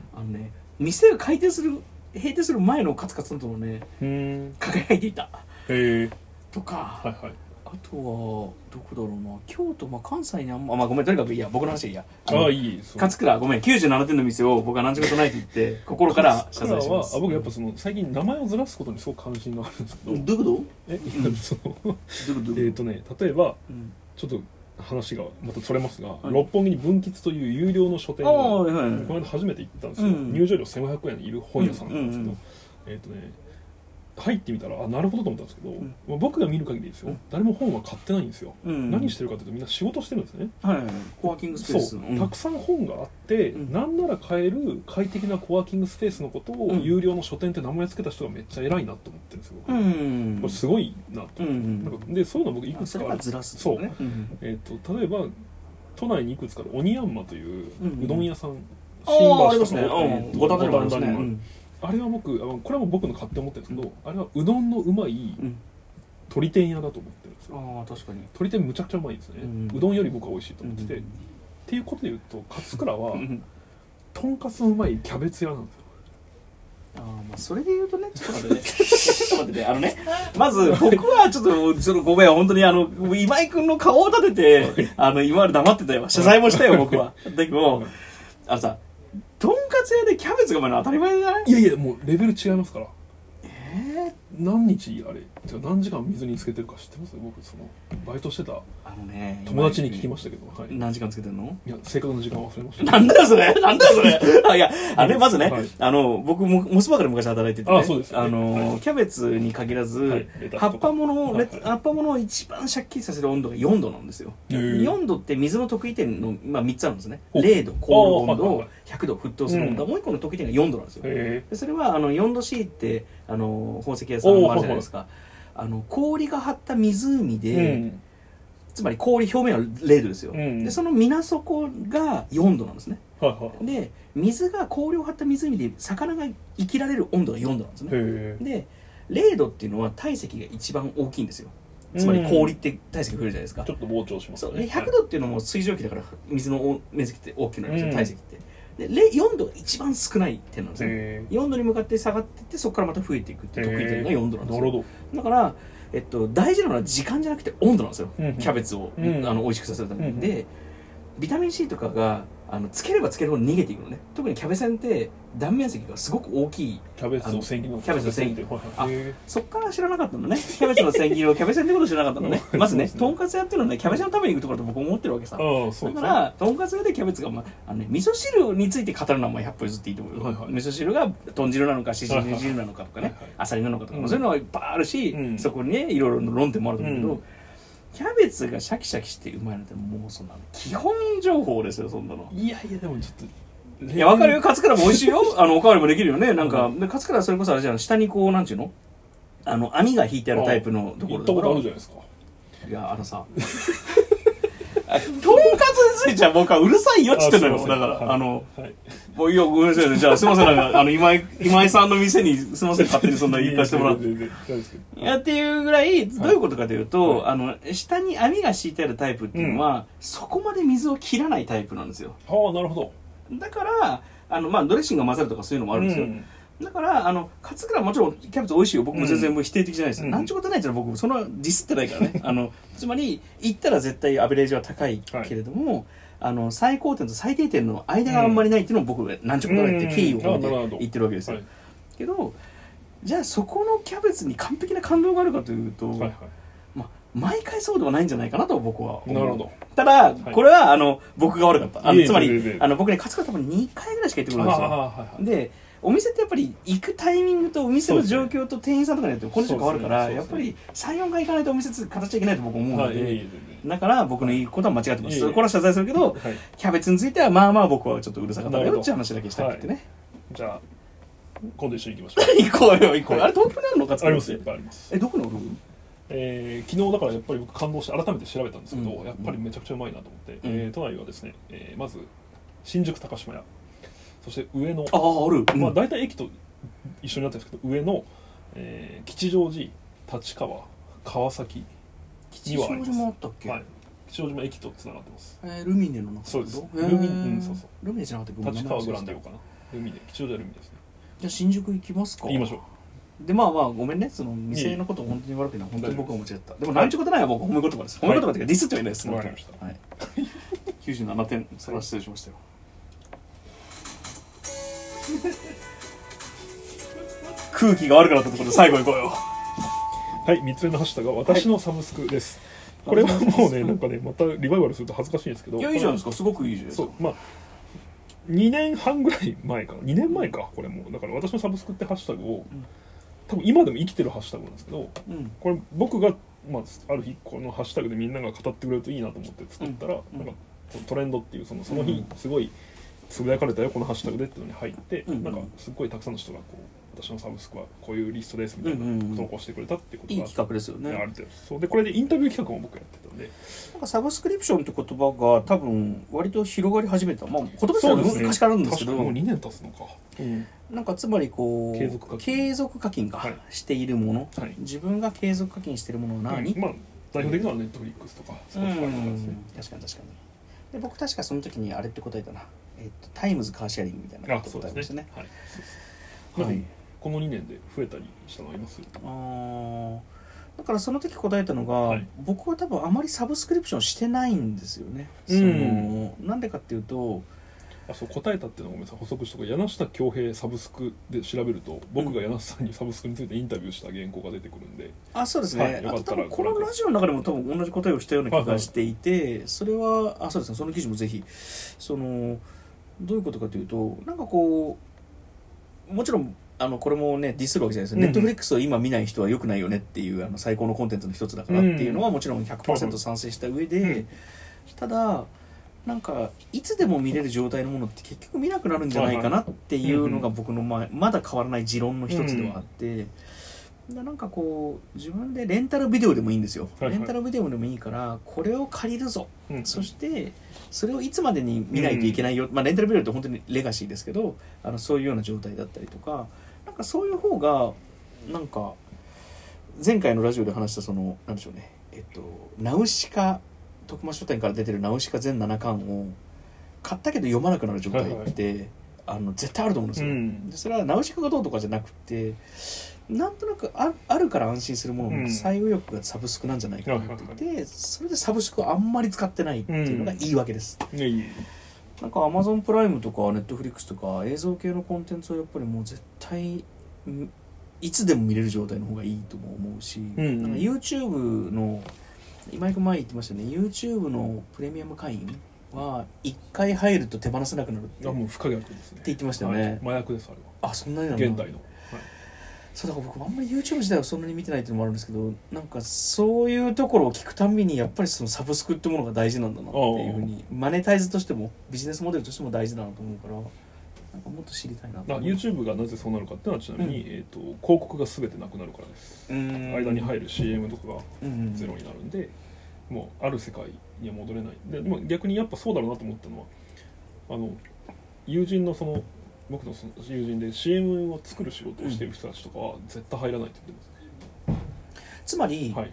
あのね店が開店する閉店する前のカツカツトントンをね、うん、輝いていたへとか、 はいはい、 あとはどこだろうな京都、まあ、関西にあんま、まあ、ごめんとにかくいいや僕の話はいいやああいい勝倉ごめんきゅうじゅうななてんの店を僕は何時ことないって言って心から謝罪します。 あ僕やっぱその最近名前をずらすことにすごく関心があるんですけどどういうことえいやそのえっとね例えば、うん、ちょっと話がまたそれますが、はい、六本木に文吉という有料の書店が、はいはいはい、この間初めて行ったんですよ、うん、入場料せんごひゃくえんいる本屋さんなんですけど、うんうんうん、えっとね入ってみたらあなるほどと思ったんですけど、うん、僕が見る限りですよ、うん、誰も本は買ってないんですよ、うん、何してるかというとみんな仕事してるんですね、 はいはい、コワーキングスペースそう、うん、たくさん本があって、うん、なんなら買える快適なコワーキングスペースのことを、うん、有料の書店って名前つけた人がめっちゃ偉いなと思ってるんですよ、うん、これすごいなと、うん、なんかでそういうの僕いくつかあるずらす、ね、 そう、うん、えー、と例えば都内にいくつかある鬼ヤンマといううどん屋さん、うん、 新橋とか五反田にもありますね。 あれは僕これはもう僕の勝手に思ってるんですけど、うん、あれはうどんのうまい鶏天屋だと思ってるんですよ。 あ確かに鶏天むちゃくちゃうまいんですね、うん、うどんより僕は美味しいと思ってて、うん、っていうことでいうと勝倉は、うん、とんかつのうまいキャベツ屋なんですよ。 あまあそれで言うとねちょっと待ってねちょっと待ってねあのねまず僕はちょっとちょっとごめん本当にあの今井君の顔を立ててあの今まで黙ってたよ謝罪もしたよ僕はだけどあのさとんかかつ屋でキャベツがまだ当たり前じゃない？ いやいやもうレベル違いますから。 えー、 何日あれ何時間水につけてるか知ってます？僕そのバイトしてたあのね友達に聞きましたけど、はい、 何時間つけてんの？ いや正確な時間忘れました。 なんだよそれなんだよそれあいやあれまずね、 はい、 あの僕もモスバーガーで昔働いてて、ね、 あそうです、ね、 あの、 はい、 キャベツに限らず、はい、葉っぱもの、はいはい、葉っぱものを一番シャッキリさせる温度がよんどなんですよ。よんどって水の得意点の、まあ、みっつあるんですね。れいど凍る温度、ひゃくど沸騰する温度、うん、もう一個の得意点がよんどなんですよ。でそれはあの よんど C ってあの宝石屋さんもあるじゃないですか。あの氷が張った湖で、うん、つまり氷表面はれいどですよ、うん、でその水底がよんどなんですね、はいはい、で水が氷を張った湖で魚が生きられる温度がよんどなんですね。でれいどっていうのは体積が一番大きいんですよ。つまり氷って体積が増えるじゃないですか、うん、 ちょっと膨張しますね。 そうでひゃくどっていうのも水蒸気だから水の面積って大きくなるんですよ、うん、体積ってでよんどが一番少ない点なんですね。よんどに向かって下がっていってそこからまた増えていくっていう得意点がよんどなんですよ。なるほど。だから、えっと、大事なのは時間じゃなくて温度なんですよ、うんうん、キャベツを、うん、あの美味しくさせるために、うん、でビタミン C とかがあのつければつけるほど逃げていくのね。特にキャベセンって断面積がすごく大きい。 キャベツの千切りのキャベツの千切りあそっから知らなかったのね。キャベツの千切りをキャベセンってこと知らなかったのねまずね、ねとんかつ屋っていうのはねキャベセンのために行くところと僕思ってるわけさ。あそうだからとんかつ屋でキャベツが、まあのね、味噌汁について語るのはまあひゃっぽ譲っていいと思うよ、はいはい、味噌汁が豚汁なのかしし汁なのかとかね、はいはい、あさりなのかとか、うん、そういうのはいっぱいあるし、うん、そこにねいろいろ論点もあると思うけど、うんキャベツがシャキシャキしてうまいのってもうそんな基本情報ですよそんなの。 いやいやでもちょっといや分かるよ。カツクラも美味しいよあのおかわりもできるよね。なんか、うん、でカツクラはそれこそあれじゃん下にこうなんちゅうのあの網が引いてあるタイプのところだから。行ったことあるじゃないですか。 いやあのさとんかつについちゃ僕はうるさいよっつってんのよ。だから、はい、あの、はい、もういやごめんなさいね。じゃあすみませんなんかあの今井今井さんの店にすみません勝手にそんな言い方してもらっていやっていうぐらいどういうことかというと、はい、あの下に網が敷いてあるタイプっていうのは、うん、そこまで水を切らないタイプなんですよ。 はあなるほど。 だからあのまあドレッシングが混ざるとかそういうのもあるんですよ。うんだからあのカツクラもちろんキャベツ美味しいよ。僕も全然否定的じゃないですよ、うん、なんちゅうことないっていうのは僕そのディスってないからねあのつまり言ったら絶対アベレージは高いけれども、はい、あの最高点と最低点の間があんまりないっていうのを僕はなんちゅうことないって敬意を込めて言ってるわけですよ、はい、けどじゃあそこのキャベツに完璧な感動があるかというと、はいはいまあ、毎回そうではないんじゃないかなと僕は思う。 なるほど。 ただこれはあの僕が悪かったあのつまりあの僕ねカツクラ多分にかいぐらいしか行ってくるんですよ、はいはい、でお店ってやっぱり行くタイミングとお店の状況と店員さんとかによってコンディション変わるから、やっぱりさん、よんかい行かないとお店って形はいけないと僕思うので、はい、だから僕の言うことは間違ってます。これは謝罪するけど、はい、キャベツについてはまあまあ僕はちょっとうるさかったよっていう話だけしたくてね、はい、 じゃあ今度一緒に行きましょう行こうよ行こうよ、はい、あれ東京にあるのかつありますよ。あります。 えどこにおる？ えー、昨日だからやっぱり僕感動して改めて調べたんですけど、うん、やっぱりめちゃくちゃうまいなと思って、うんえー、都内はですね、えー、まず新宿高島屋、そして上野、 あある、 まあ大体駅と一緒になってるんですけど上野、えー、吉祥寺、立川、川崎にはあります。吉祥寺もあったっけ？はい、吉祥寺も駅とつながってます。 えー、ルミネの中そうです。ルミネ、うん、そうそう。 ルミネじゃなくて立川グランデオかな。ルミネ、吉祥寺はルミネですね。 じゃあ新宿行きますか。 行きましょう。 でまあまあごめんねその店のことを本当に悪く言うのは本当に僕は間違った。でもなんちゅうことないは僕褒め言葉です。褒め言葉っていうかディスってはいないです。 わかりました。 はい。きゅうじゅうななてんそれは失礼しましたよ。空気が悪くなったところで最後行こうよ。 はい、みっつめのハッシュタグは私のサブスクです、はい、これはもうねなんかねまたリバイバルすると恥ずかしいんですけど、 いやいいじゃないですか、すごくいいじゃないですか。 そうまあにねんはんぐらい前かな、にねんまえかこれもだから私のサブスクってハッシュタグを、うん、多分今でも生きてるハッシュタグなんですけど、うん、これ僕が、まあ、ある日このハッシュタグでみんなが語ってくれるといいなと思って作ったら、うん、なんかトレンドっていうそのその日すごいつぶやかれたよこのハッシュタグでっていうのに入って、うん、なんかすごいたくさんの人がこう私のサブスクはこういうリストですみたいな投稿してくれたっていうことが、 いい企画ですよね。 ある程度そうでこれでインタビュー企画も僕やってたんで、 なんかサブスクリプションって言葉が多分割と広がり始めた、まあ言葉自体は昔からあるんですけど、 もうにねん経つのか、 うん、なんかつまりこう継続課金継続課金がしているもの、はい、自分が継続課金しているものは何、 うん、まあ代表的なのはネットフリックスとかスポーツファイとかですね。 確かに確かに。で僕確かその時にあれって答えたな、えっと、タイムズカーシェアリングみたいなこと答えましたね。はい、 はい、このにねんで増えたりしたのあります？ あだからその時答えたのが、はい、僕は多分あまりサブスクリプションしてないんですよね。そのなんでかっていうとあそう答えたっていうのはごめんなさい補足しとく柳下恭平サブスクで調べると僕が柳下さんにサブスクについてインタビューした原稿が出てくるんで、 あそうですね、はい、よかったらこのラジオの中でも多分同じ答えをしたような気がしていて、はいはい、それはあそうですねその記事もぜひそのどういうことかというとなんかこうもちろんあのこれもねディスるわけじゃないです、うん、ネットフリックスを今見ない人は良くないよねっていうあの最高のコンテンツの一つだからっていうのはもちろん ひゃくパーセント 賛成した上で、うん、ただなんかいつでも見れる状態のものって結局見なくなるんじゃないかなっていうのが僕のままだ変わらない持論の一つではあって、うん、なんかこう自分でレンタルビデオでもいいんですよ、はいはい、レンタルビデオでもいいからこれを借りるぞ、うん、そしてそれをいつまでに見ないといけないよ、うんまあ、レンタルビデオって本当にレガシーですけどあのそういうような状態だったりとかなんかそういう方がなんか前回のラジオで話したそのなんでしょうねえっとナウシカ徳間書店から出てるナウシカ全ななかんを買ったけど読まなくなる状態って、はいはい、あの絶対あると思うんですよ、うん、でそれはナウシカがどうとかじゃなくてなんとなく あ, あるから安心するものの最右翼がサブスクなんじゃないかなって言って、うん、それでサブスクをあんまり使ってないっていうのがいいわけです、うん、なんか Amazon プライムとか Netflix とか映像系のコンテンツはやっぱりもう絶対いつでも見れる状態の方がいいとも思うし、うんうん、なんか YouTube の今井君前言ってましたね YouTube のプレミアム会員はいっかい入ると手放せなくなるってあもう不可逆ですねって言ってましたよね、 はい、麻薬ですあれはあそんなになんだ現代の、はい、 そうだから僕あんまり YouTube 自体はそんなに見てないっていうのもあるんですけどなんかそういうところを聞くたんびにやっぱりそのサブスクってものが大事なんだなっていうふうにマネタイズとしてもビジネスモデルとしても大事だなと思うからなんかもっと知りたいなと思う。 YouTube がなぜそうなるかっていうのはちなみに、うんえー、と広告が全てなくなるからです。間に入る シーエム とかがゼロになるんで、うん、もうある世界には戻れないで、でも逆にやっぱそうだろうなと思ったのはあの友人のその僕のその友人で シーエム を作る仕事をしている人たちとかは絶対入らないって言ってます、 ね、つまり、はい、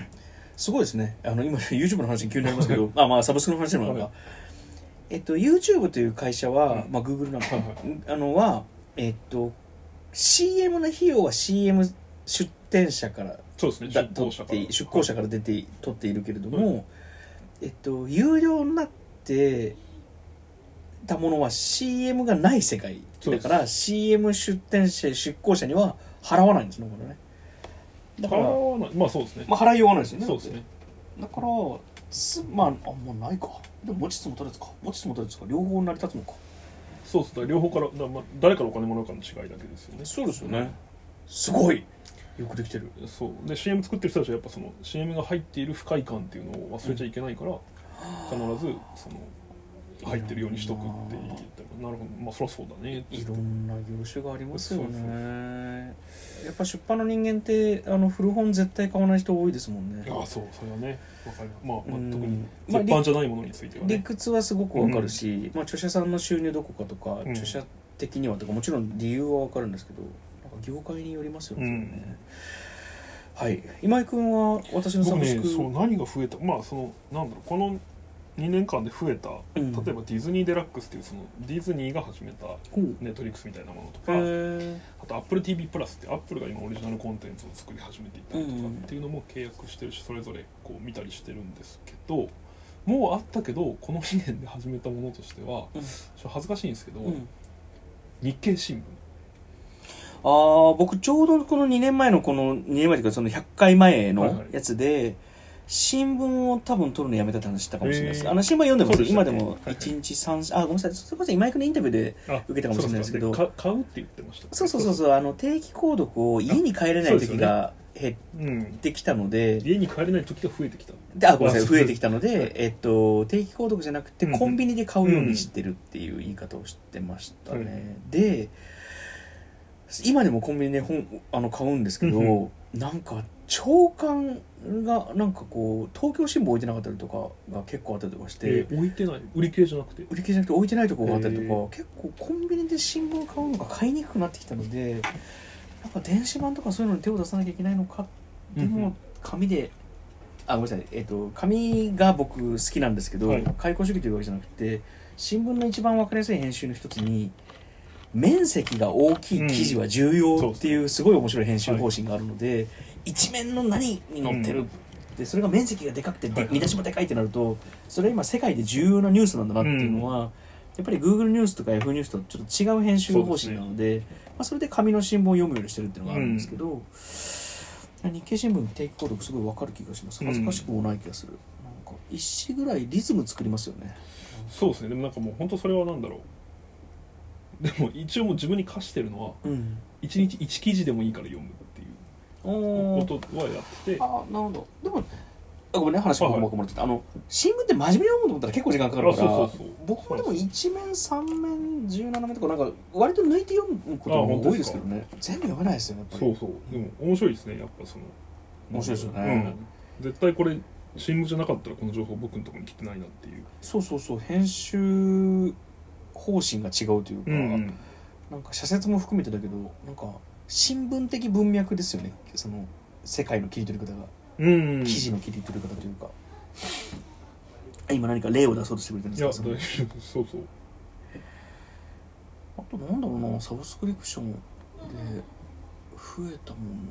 すごいですねあの今 YouTube の話に急になりますけどあまあサブスクの話でもあるか、はいえっと、YouTube という会社は、うんまあ、Google なんか、はいはい、あのは、えっと、シーエム の費用は シーエム 出店者からそうですね出向者から出向者から出て、はい、取っているけれども、はいえっと、有料になってたものは シーエム がない世界だから シーエム 出店者出向者には払わないんですねこれねだから払わないまあそうですね、 まあ、払いようがないですよねそうですねだからすまああんまないかでも持ちつ持たれつか持ちつ持たれつか両方成り立つのかそうですね両方からだ、まあ、誰からお金もらうかの違いだけですよねそうですよねすごいよくできてるそうで シーエム 作ってる人たちはやっぱその シーエム が入っている不快感っていうのを忘れちゃいけないから、うん、必ずその入ってるようにしとくって言ったらなるほどまあそりゃそうだねいろんな業種がありますよねそうそうやっぱ出版の人間ってあの古本絶対買わない人多いですもんねああそうそれはねわかるまあ、まあ、特に絶版じゃないものについてはね、 理屈はすごくわかるし、うんまあ、著者さんの収入どこかとか、うん、著者的にはとかもちろん理由はわかるんですけどなんか業界によりますよね、うんはい今井君は私のサブスク、 ね、そう何が増えたまあそのなんだろうこのにねんかんで増えた、うん、例えばディズニーデラックスっていうそのディズニーが始めたネットリックスみたいなものとか、あと Apple ティーブイ プラスって Apple が今オリジナルコンテンツを作り始めていたりとかっていうのも契約してるしそれぞれこう見たりしてるんですけどもうあったけどこのにねんで始めたものとしては、うん、恥ずかしいんですけど、うん、日経新聞あ僕ちょうどこのにねんまえのこのにねんまえというかそのひゃっかいまえのやつで、はいはい新聞を多分取るのやめたって話したかもしれないです。あの新聞読んでます。今でもいちにちさん、あごめんなさい。それこそ今井君のインタビューで受けたかもしれないですけど、 そうそう買うって言ってました。 そうそうそうそうあの定期購読を家に帰れない時が減ってきたので、 うん、家に帰れない時が増えてきた。 であごめんなさい増えてきたので、えっと定期購読じゃなくてコンビニで買うようにしてるっていう言い方をしてましたね。うん、で今でもコンビニで本あの買うんですけど、うん、なんか朝刊がなんかこう東京新聞置いてなかったりとかが結構あったりとかして、えー、置いてない売り切れじゃなくて売り切れじゃなくて置いてないところがあったりとか、えー、結構コンビニで新聞買うのが買いにくくなってきたのでなんか電子版とかそういうのに手を出さなきゃいけないのかでも紙であごめんなさい、えーと、紙が僕好きなんですけど、はい、開口主義というわけじゃなくて新聞の一番分かりやすい編集の一つに面積が大きい記事は重要っていうすごい面白い編集方針があるので、一面の何に載ってるでそれが面積がでかくて見出しもでかいってなるとそれは今世界で重要なニュースなんだなっていうのはやっっぱり Google ニュースとか F ニュースとちょっと違う編集方針なので、そ, で、ねまあ、それで紙の新聞を読むようにしてるっていうのがあるんですけど、うん、日経新聞定期購読すごい分かる気がします。恥ずかしくもない気がする、うん、なんか一紙ぐらいリズム作りますよね。 そうですね。でもなんかもう本当それはなんだろう、でも一応もう自分に課してるのは、うん、いちにちいち記事でもいいから読むっていうことはやってて、 ああなるほど。でもごめんね話が僕ももらってた、あの新聞って真面目に読むと思ったら結構時間かかるから、そうそうそう、僕もでもいちめんさんめんじゅうななめんとかなんか割と抜いて読むことも多いですけどね。全部読めないですよねやっぱり。そうそう、でも面白いですねやっぱその面白いですよね、 うん、絶対これ新聞じゃなかったらこの情報僕のところに来てないなっていう。 そうそうそう、編集方針が違うというか、うん、なんか社説も含めてだけどなんか新聞的文脈ですよね、その世界の切り取り方が、うん、記事の切り取り方というか。今何か例を出そうとしてくれてるんですか。いやそうそう。 あとなんだろうな、サブスクリプションで増えたもの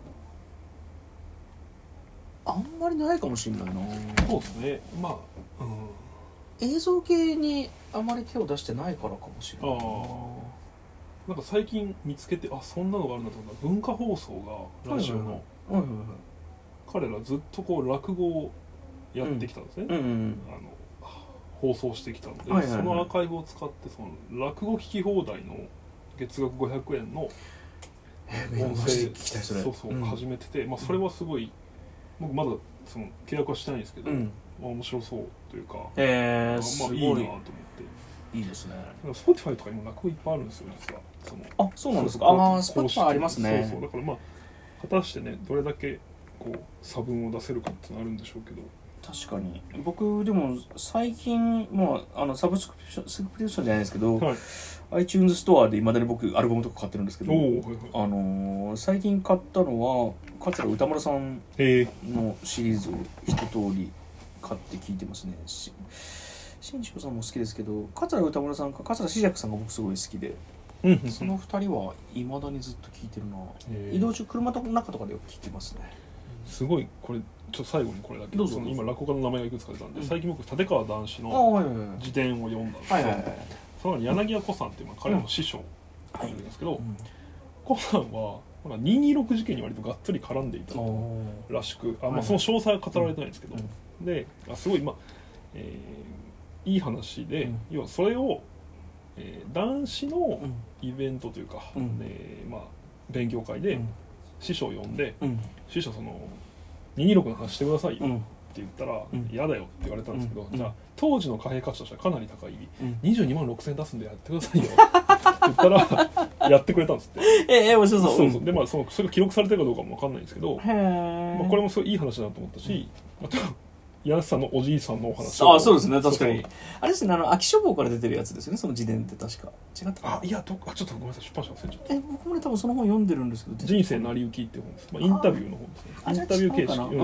あんまりないかもしれないな。 そうですね、まあ、 うん、映像系にあまり手を出してないからかもしれないな。あ、 なんか最近見つけて、あ、そんなのがあるんだと思った。文化放送がラジオの、はいはいはいはい、彼らずっとこう落語をやってきたんですね、うんうんうん、あの放送してきたので、はいはいはい、そのアーカイブを使ってその落語聞き放題の月額ごひゃくえんの音声、そうそう、うん、始めてて、まあ、それはすごい僕まだその契約はしてないんですけど、うん、まあ、面白そうというか、 えー、 まあ、いいなと思って。 いいですね。 Spotify とかにも落語いっぱいあるんですよ実は。そのあ、そうなんですか。ああ、Spotify ありますね。 そうそう、だからまあ果たしてねどれだけこう差分を出せるかってのあるんでしょうけど。 確かに僕でも最近もうあのサブスクリプション、サブスクリプションじゃないですけど、はい、iTunes ストアでいまだに僕アルバムとか買ってるんですけど、はいはい、あのー、最近買ったのは桂歌丸さんのシリーズを一通り買って聴いてますね。新庄さんも好きですけど、桂歌丸さんか桂志尺さんが僕すごい好きで、うんうんうん、そのふたりはいまだにずっと聴いてるな。移動中車の中とかでよく聴いてますね。 すごいこれちょっと最後にこれだけど、その今落語家の名前がいくつか出たんで、うん、最近僕立川談志の自伝を読んだんですけど、はいはいはい、その柳家小さんっていう、まあ、彼の師匠がいるんですけど、小、うん、さんはにひゃくにじゅうろく事件に割とがっつり絡んでいたらしく、あ、まあ、その詳細は語られてないんですけど、うん、で、あ、すごい、まあえー、いい話で、うん、要はそれを、えー、談志のイベントというか、うん、えーまあ、勉強会で師匠を呼んで、うん、師匠そのにひゃくにじゅうろくの話してくださいよって言ったら、うん、嫌だよって言われたんですけど、うん、じゃあ当時の貨幣価値としてはかなり高い、うん、にじゅうにまんろくせん出すんでやってくださいよって言ったらやってくれたんですって。 ええ、面白そう。 そうそう。で、まあ、そのそれが記録されてるかどうかも分かんないんですけど、まあ、これもすごいいい話だなと思ったし、うん、あと柳さんのおじいさんのお話。 ああ、そうですね、確かに。あれですね、あの空き書房から出てるやつですよね、その自伝って確か。違ったかな。 あ、いや、どあちょっとごめんなさい、出版社忘れちゃった。 え、僕もね、多分その本読んでるんですけど。 人生成り行きって本です。まあ、インタビューの本ですね。インタビュー形式。うん。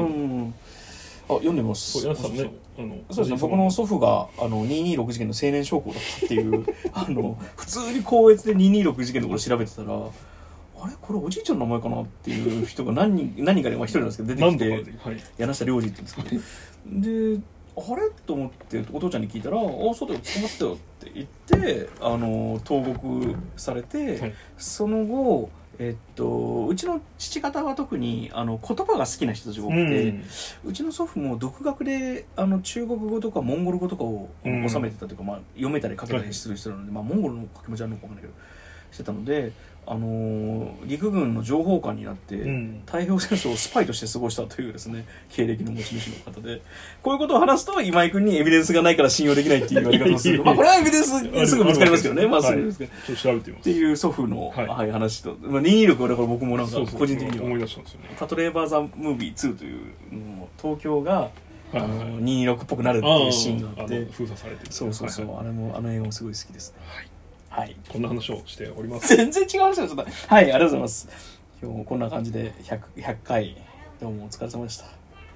あ、読んでます。 そう、柳さんね、あのそうですね、僕の祖父があのにひゃくにじゅうろく事件の青年将校だったっていうあの普通に校閲でにひゃくにじゅうろく事件のこと調べてたら、あれこれおじいちゃんの名前かなっていう人が何人何人かで一人なんですけど出てきて、はい、柳下良二って言うんですけど、であれと思ってお父ちゃんに聞いたら「ああそうだよ捕まったよ」って言ってあの投獄されて、はい、その後えっと、うちの父方は特にあの言葉が好きな人たちが多くて、うん、うちの祖父も独学であの中国語とかモンゴル語とかを収めてたというか、うん、まあ、読めたり書けたりする人なので、まあ、モンゴルの書き文字あるのか分かんないけどしてたので、あのー、陸軍の情報官になって、うん、太平洋戦争をスパイとして過ごしたというですね経歴の持ち主の方で、こういうことを話すと今井君にエビデンスがないから信用できないっていう言われ方をするまあこれはエビデンスすぐ見つかりますけどね、まあそうですけど、はい、調べてみますっていう祖父の、はいはい、話と、まあ、にひゃくにじゅうろくはだから僕もなんか個人的には思い出したんですよね。 パトレーバーザムービーツーというもう東京があのにひゃくにじゅうろくっぽくなるっていうシーンがあって封鎖されてる、 そうそうそう、はいはい、あれもあの映画もすごい好きですね。 はいはい、こんな話をしております。 全然違う話だちょっと。はい、ありがとうございます。今日もこんな感じで ひゃく, ひゃっかいどうもお疲れ様でした。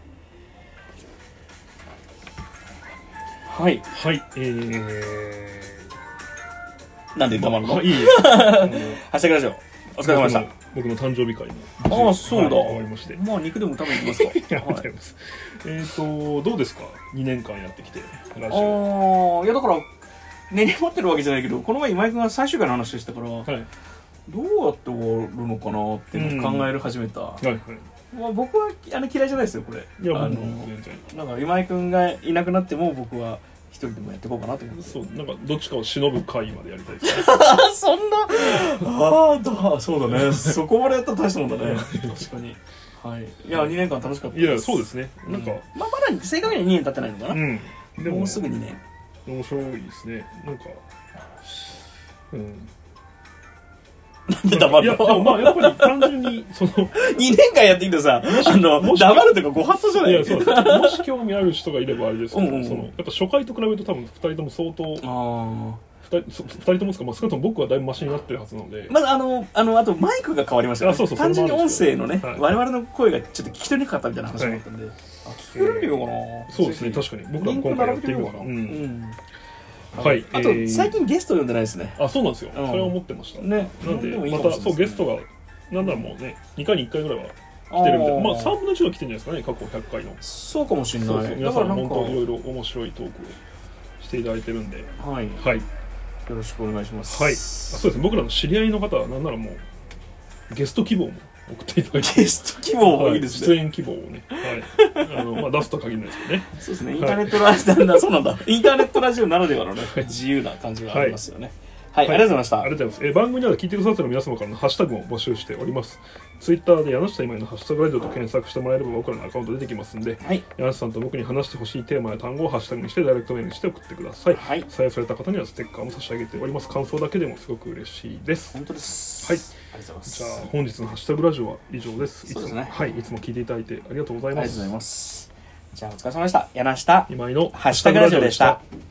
はいはいえーなんで黙るの？ まあ、いいはしゃぎラジオお疲れ様でした。 僕の誕生日会のああそうだ、 はい、終わりまして、 まあ肉でも食べに行きますか。 いや、はい、えっとどうですかにねんかんやってきてラジオ。ああいやだから根に持ってるわけじゃないけど、この前今井君が最終回の話をしたから、はい、どうやって終わるのかなっていうのを考える始めた、うんはいはいまあ、僕はあの嫌いじゃないですよこれ。いやあのなんか今井君がいなくなっても僕は一人でもやっていこうかなと思って。 そうなんかどっちかを忍ぶ回までやりたいですねそんなああそうだねそこまでやったら大したもんだね確かに。はい、いやにねんかん楽しかったです。 いやそうですねなんか、うん、 まあ、まだ正確にはにねん経ってないのかな、うん、でももうすぐにねん面白いですねなんかうんなんで黙るの？ いやでもまあやっぱり単純にそのにねんかんやっていいとさあの黙るとかご法度じゃない。いやそうもし興味ある人がいればあれですけど、うんうん、そのやっぱ初回と比べると多分ふたりとも相当あふたりともですか、まあ、少なくとも僕はだいぶマシになってるはずなので、 まだあのあのあとマイクが変わりましたね。あそうそう単純に音声のね、はい、我々の声がちょっと聞き取りにくかったみたいな話もあったんで、はい、あ聞けるよかな。 そうですね確かに僕らも今回やっていこうかな。うんうんはい、あと、えー、最近ゲスト呼んでないですね。 あ、そうなんですよ。うん、それは思ってました。ね、なんで、またそうゲストがなんならもうね、にかいにいっかいぐらいは来てるみたいな。まあさんぶんのいちは来てるんじゃないですかね、過去ひゃっかいの。 そうかもしれない。そうそう皆さん本当いろいろ面白いトークをしていただいてるんで、 はい、 はい、よろしくお願いします。 はい、あそうですね。僕らの知り合いの方はなんならもうゲスト希望も送っていただいて、 ゲスト希望もいいですね。 はい、出演希望をね、はい、あのまあ出すとは限らないですけどね。 そうですね。インターネットラジオなんだそうなんだ。インターネットラジオならではのね自由な感じがありますよね。はい、はい、ありがとうございました。 ありがとうございます。えー、番組では聞いてくださってる皆様からのハッシュタグも募集しております。ツイッターで柳下今井のハッシュタグラジオと検索してもらえれば僕らのアカウント出てきますんで、はい、柳下さんと僕に話してほしいテーマや単語をハッシュタグにしてダイレクトメールにして送ってください。はい、採用された方にはステッカーも差し上げております。感想だけでもすごく嬉しいです。 本当です。 はい。ありがとうございます。じゃあ本日のハッシュタグラジオは以上です。 そうですね。 はい、いつも聞いていただいてありがとうございます。 ありがとうございます。じゃあお疲れ様でした。柳下今井のハッシュタグラジオでした。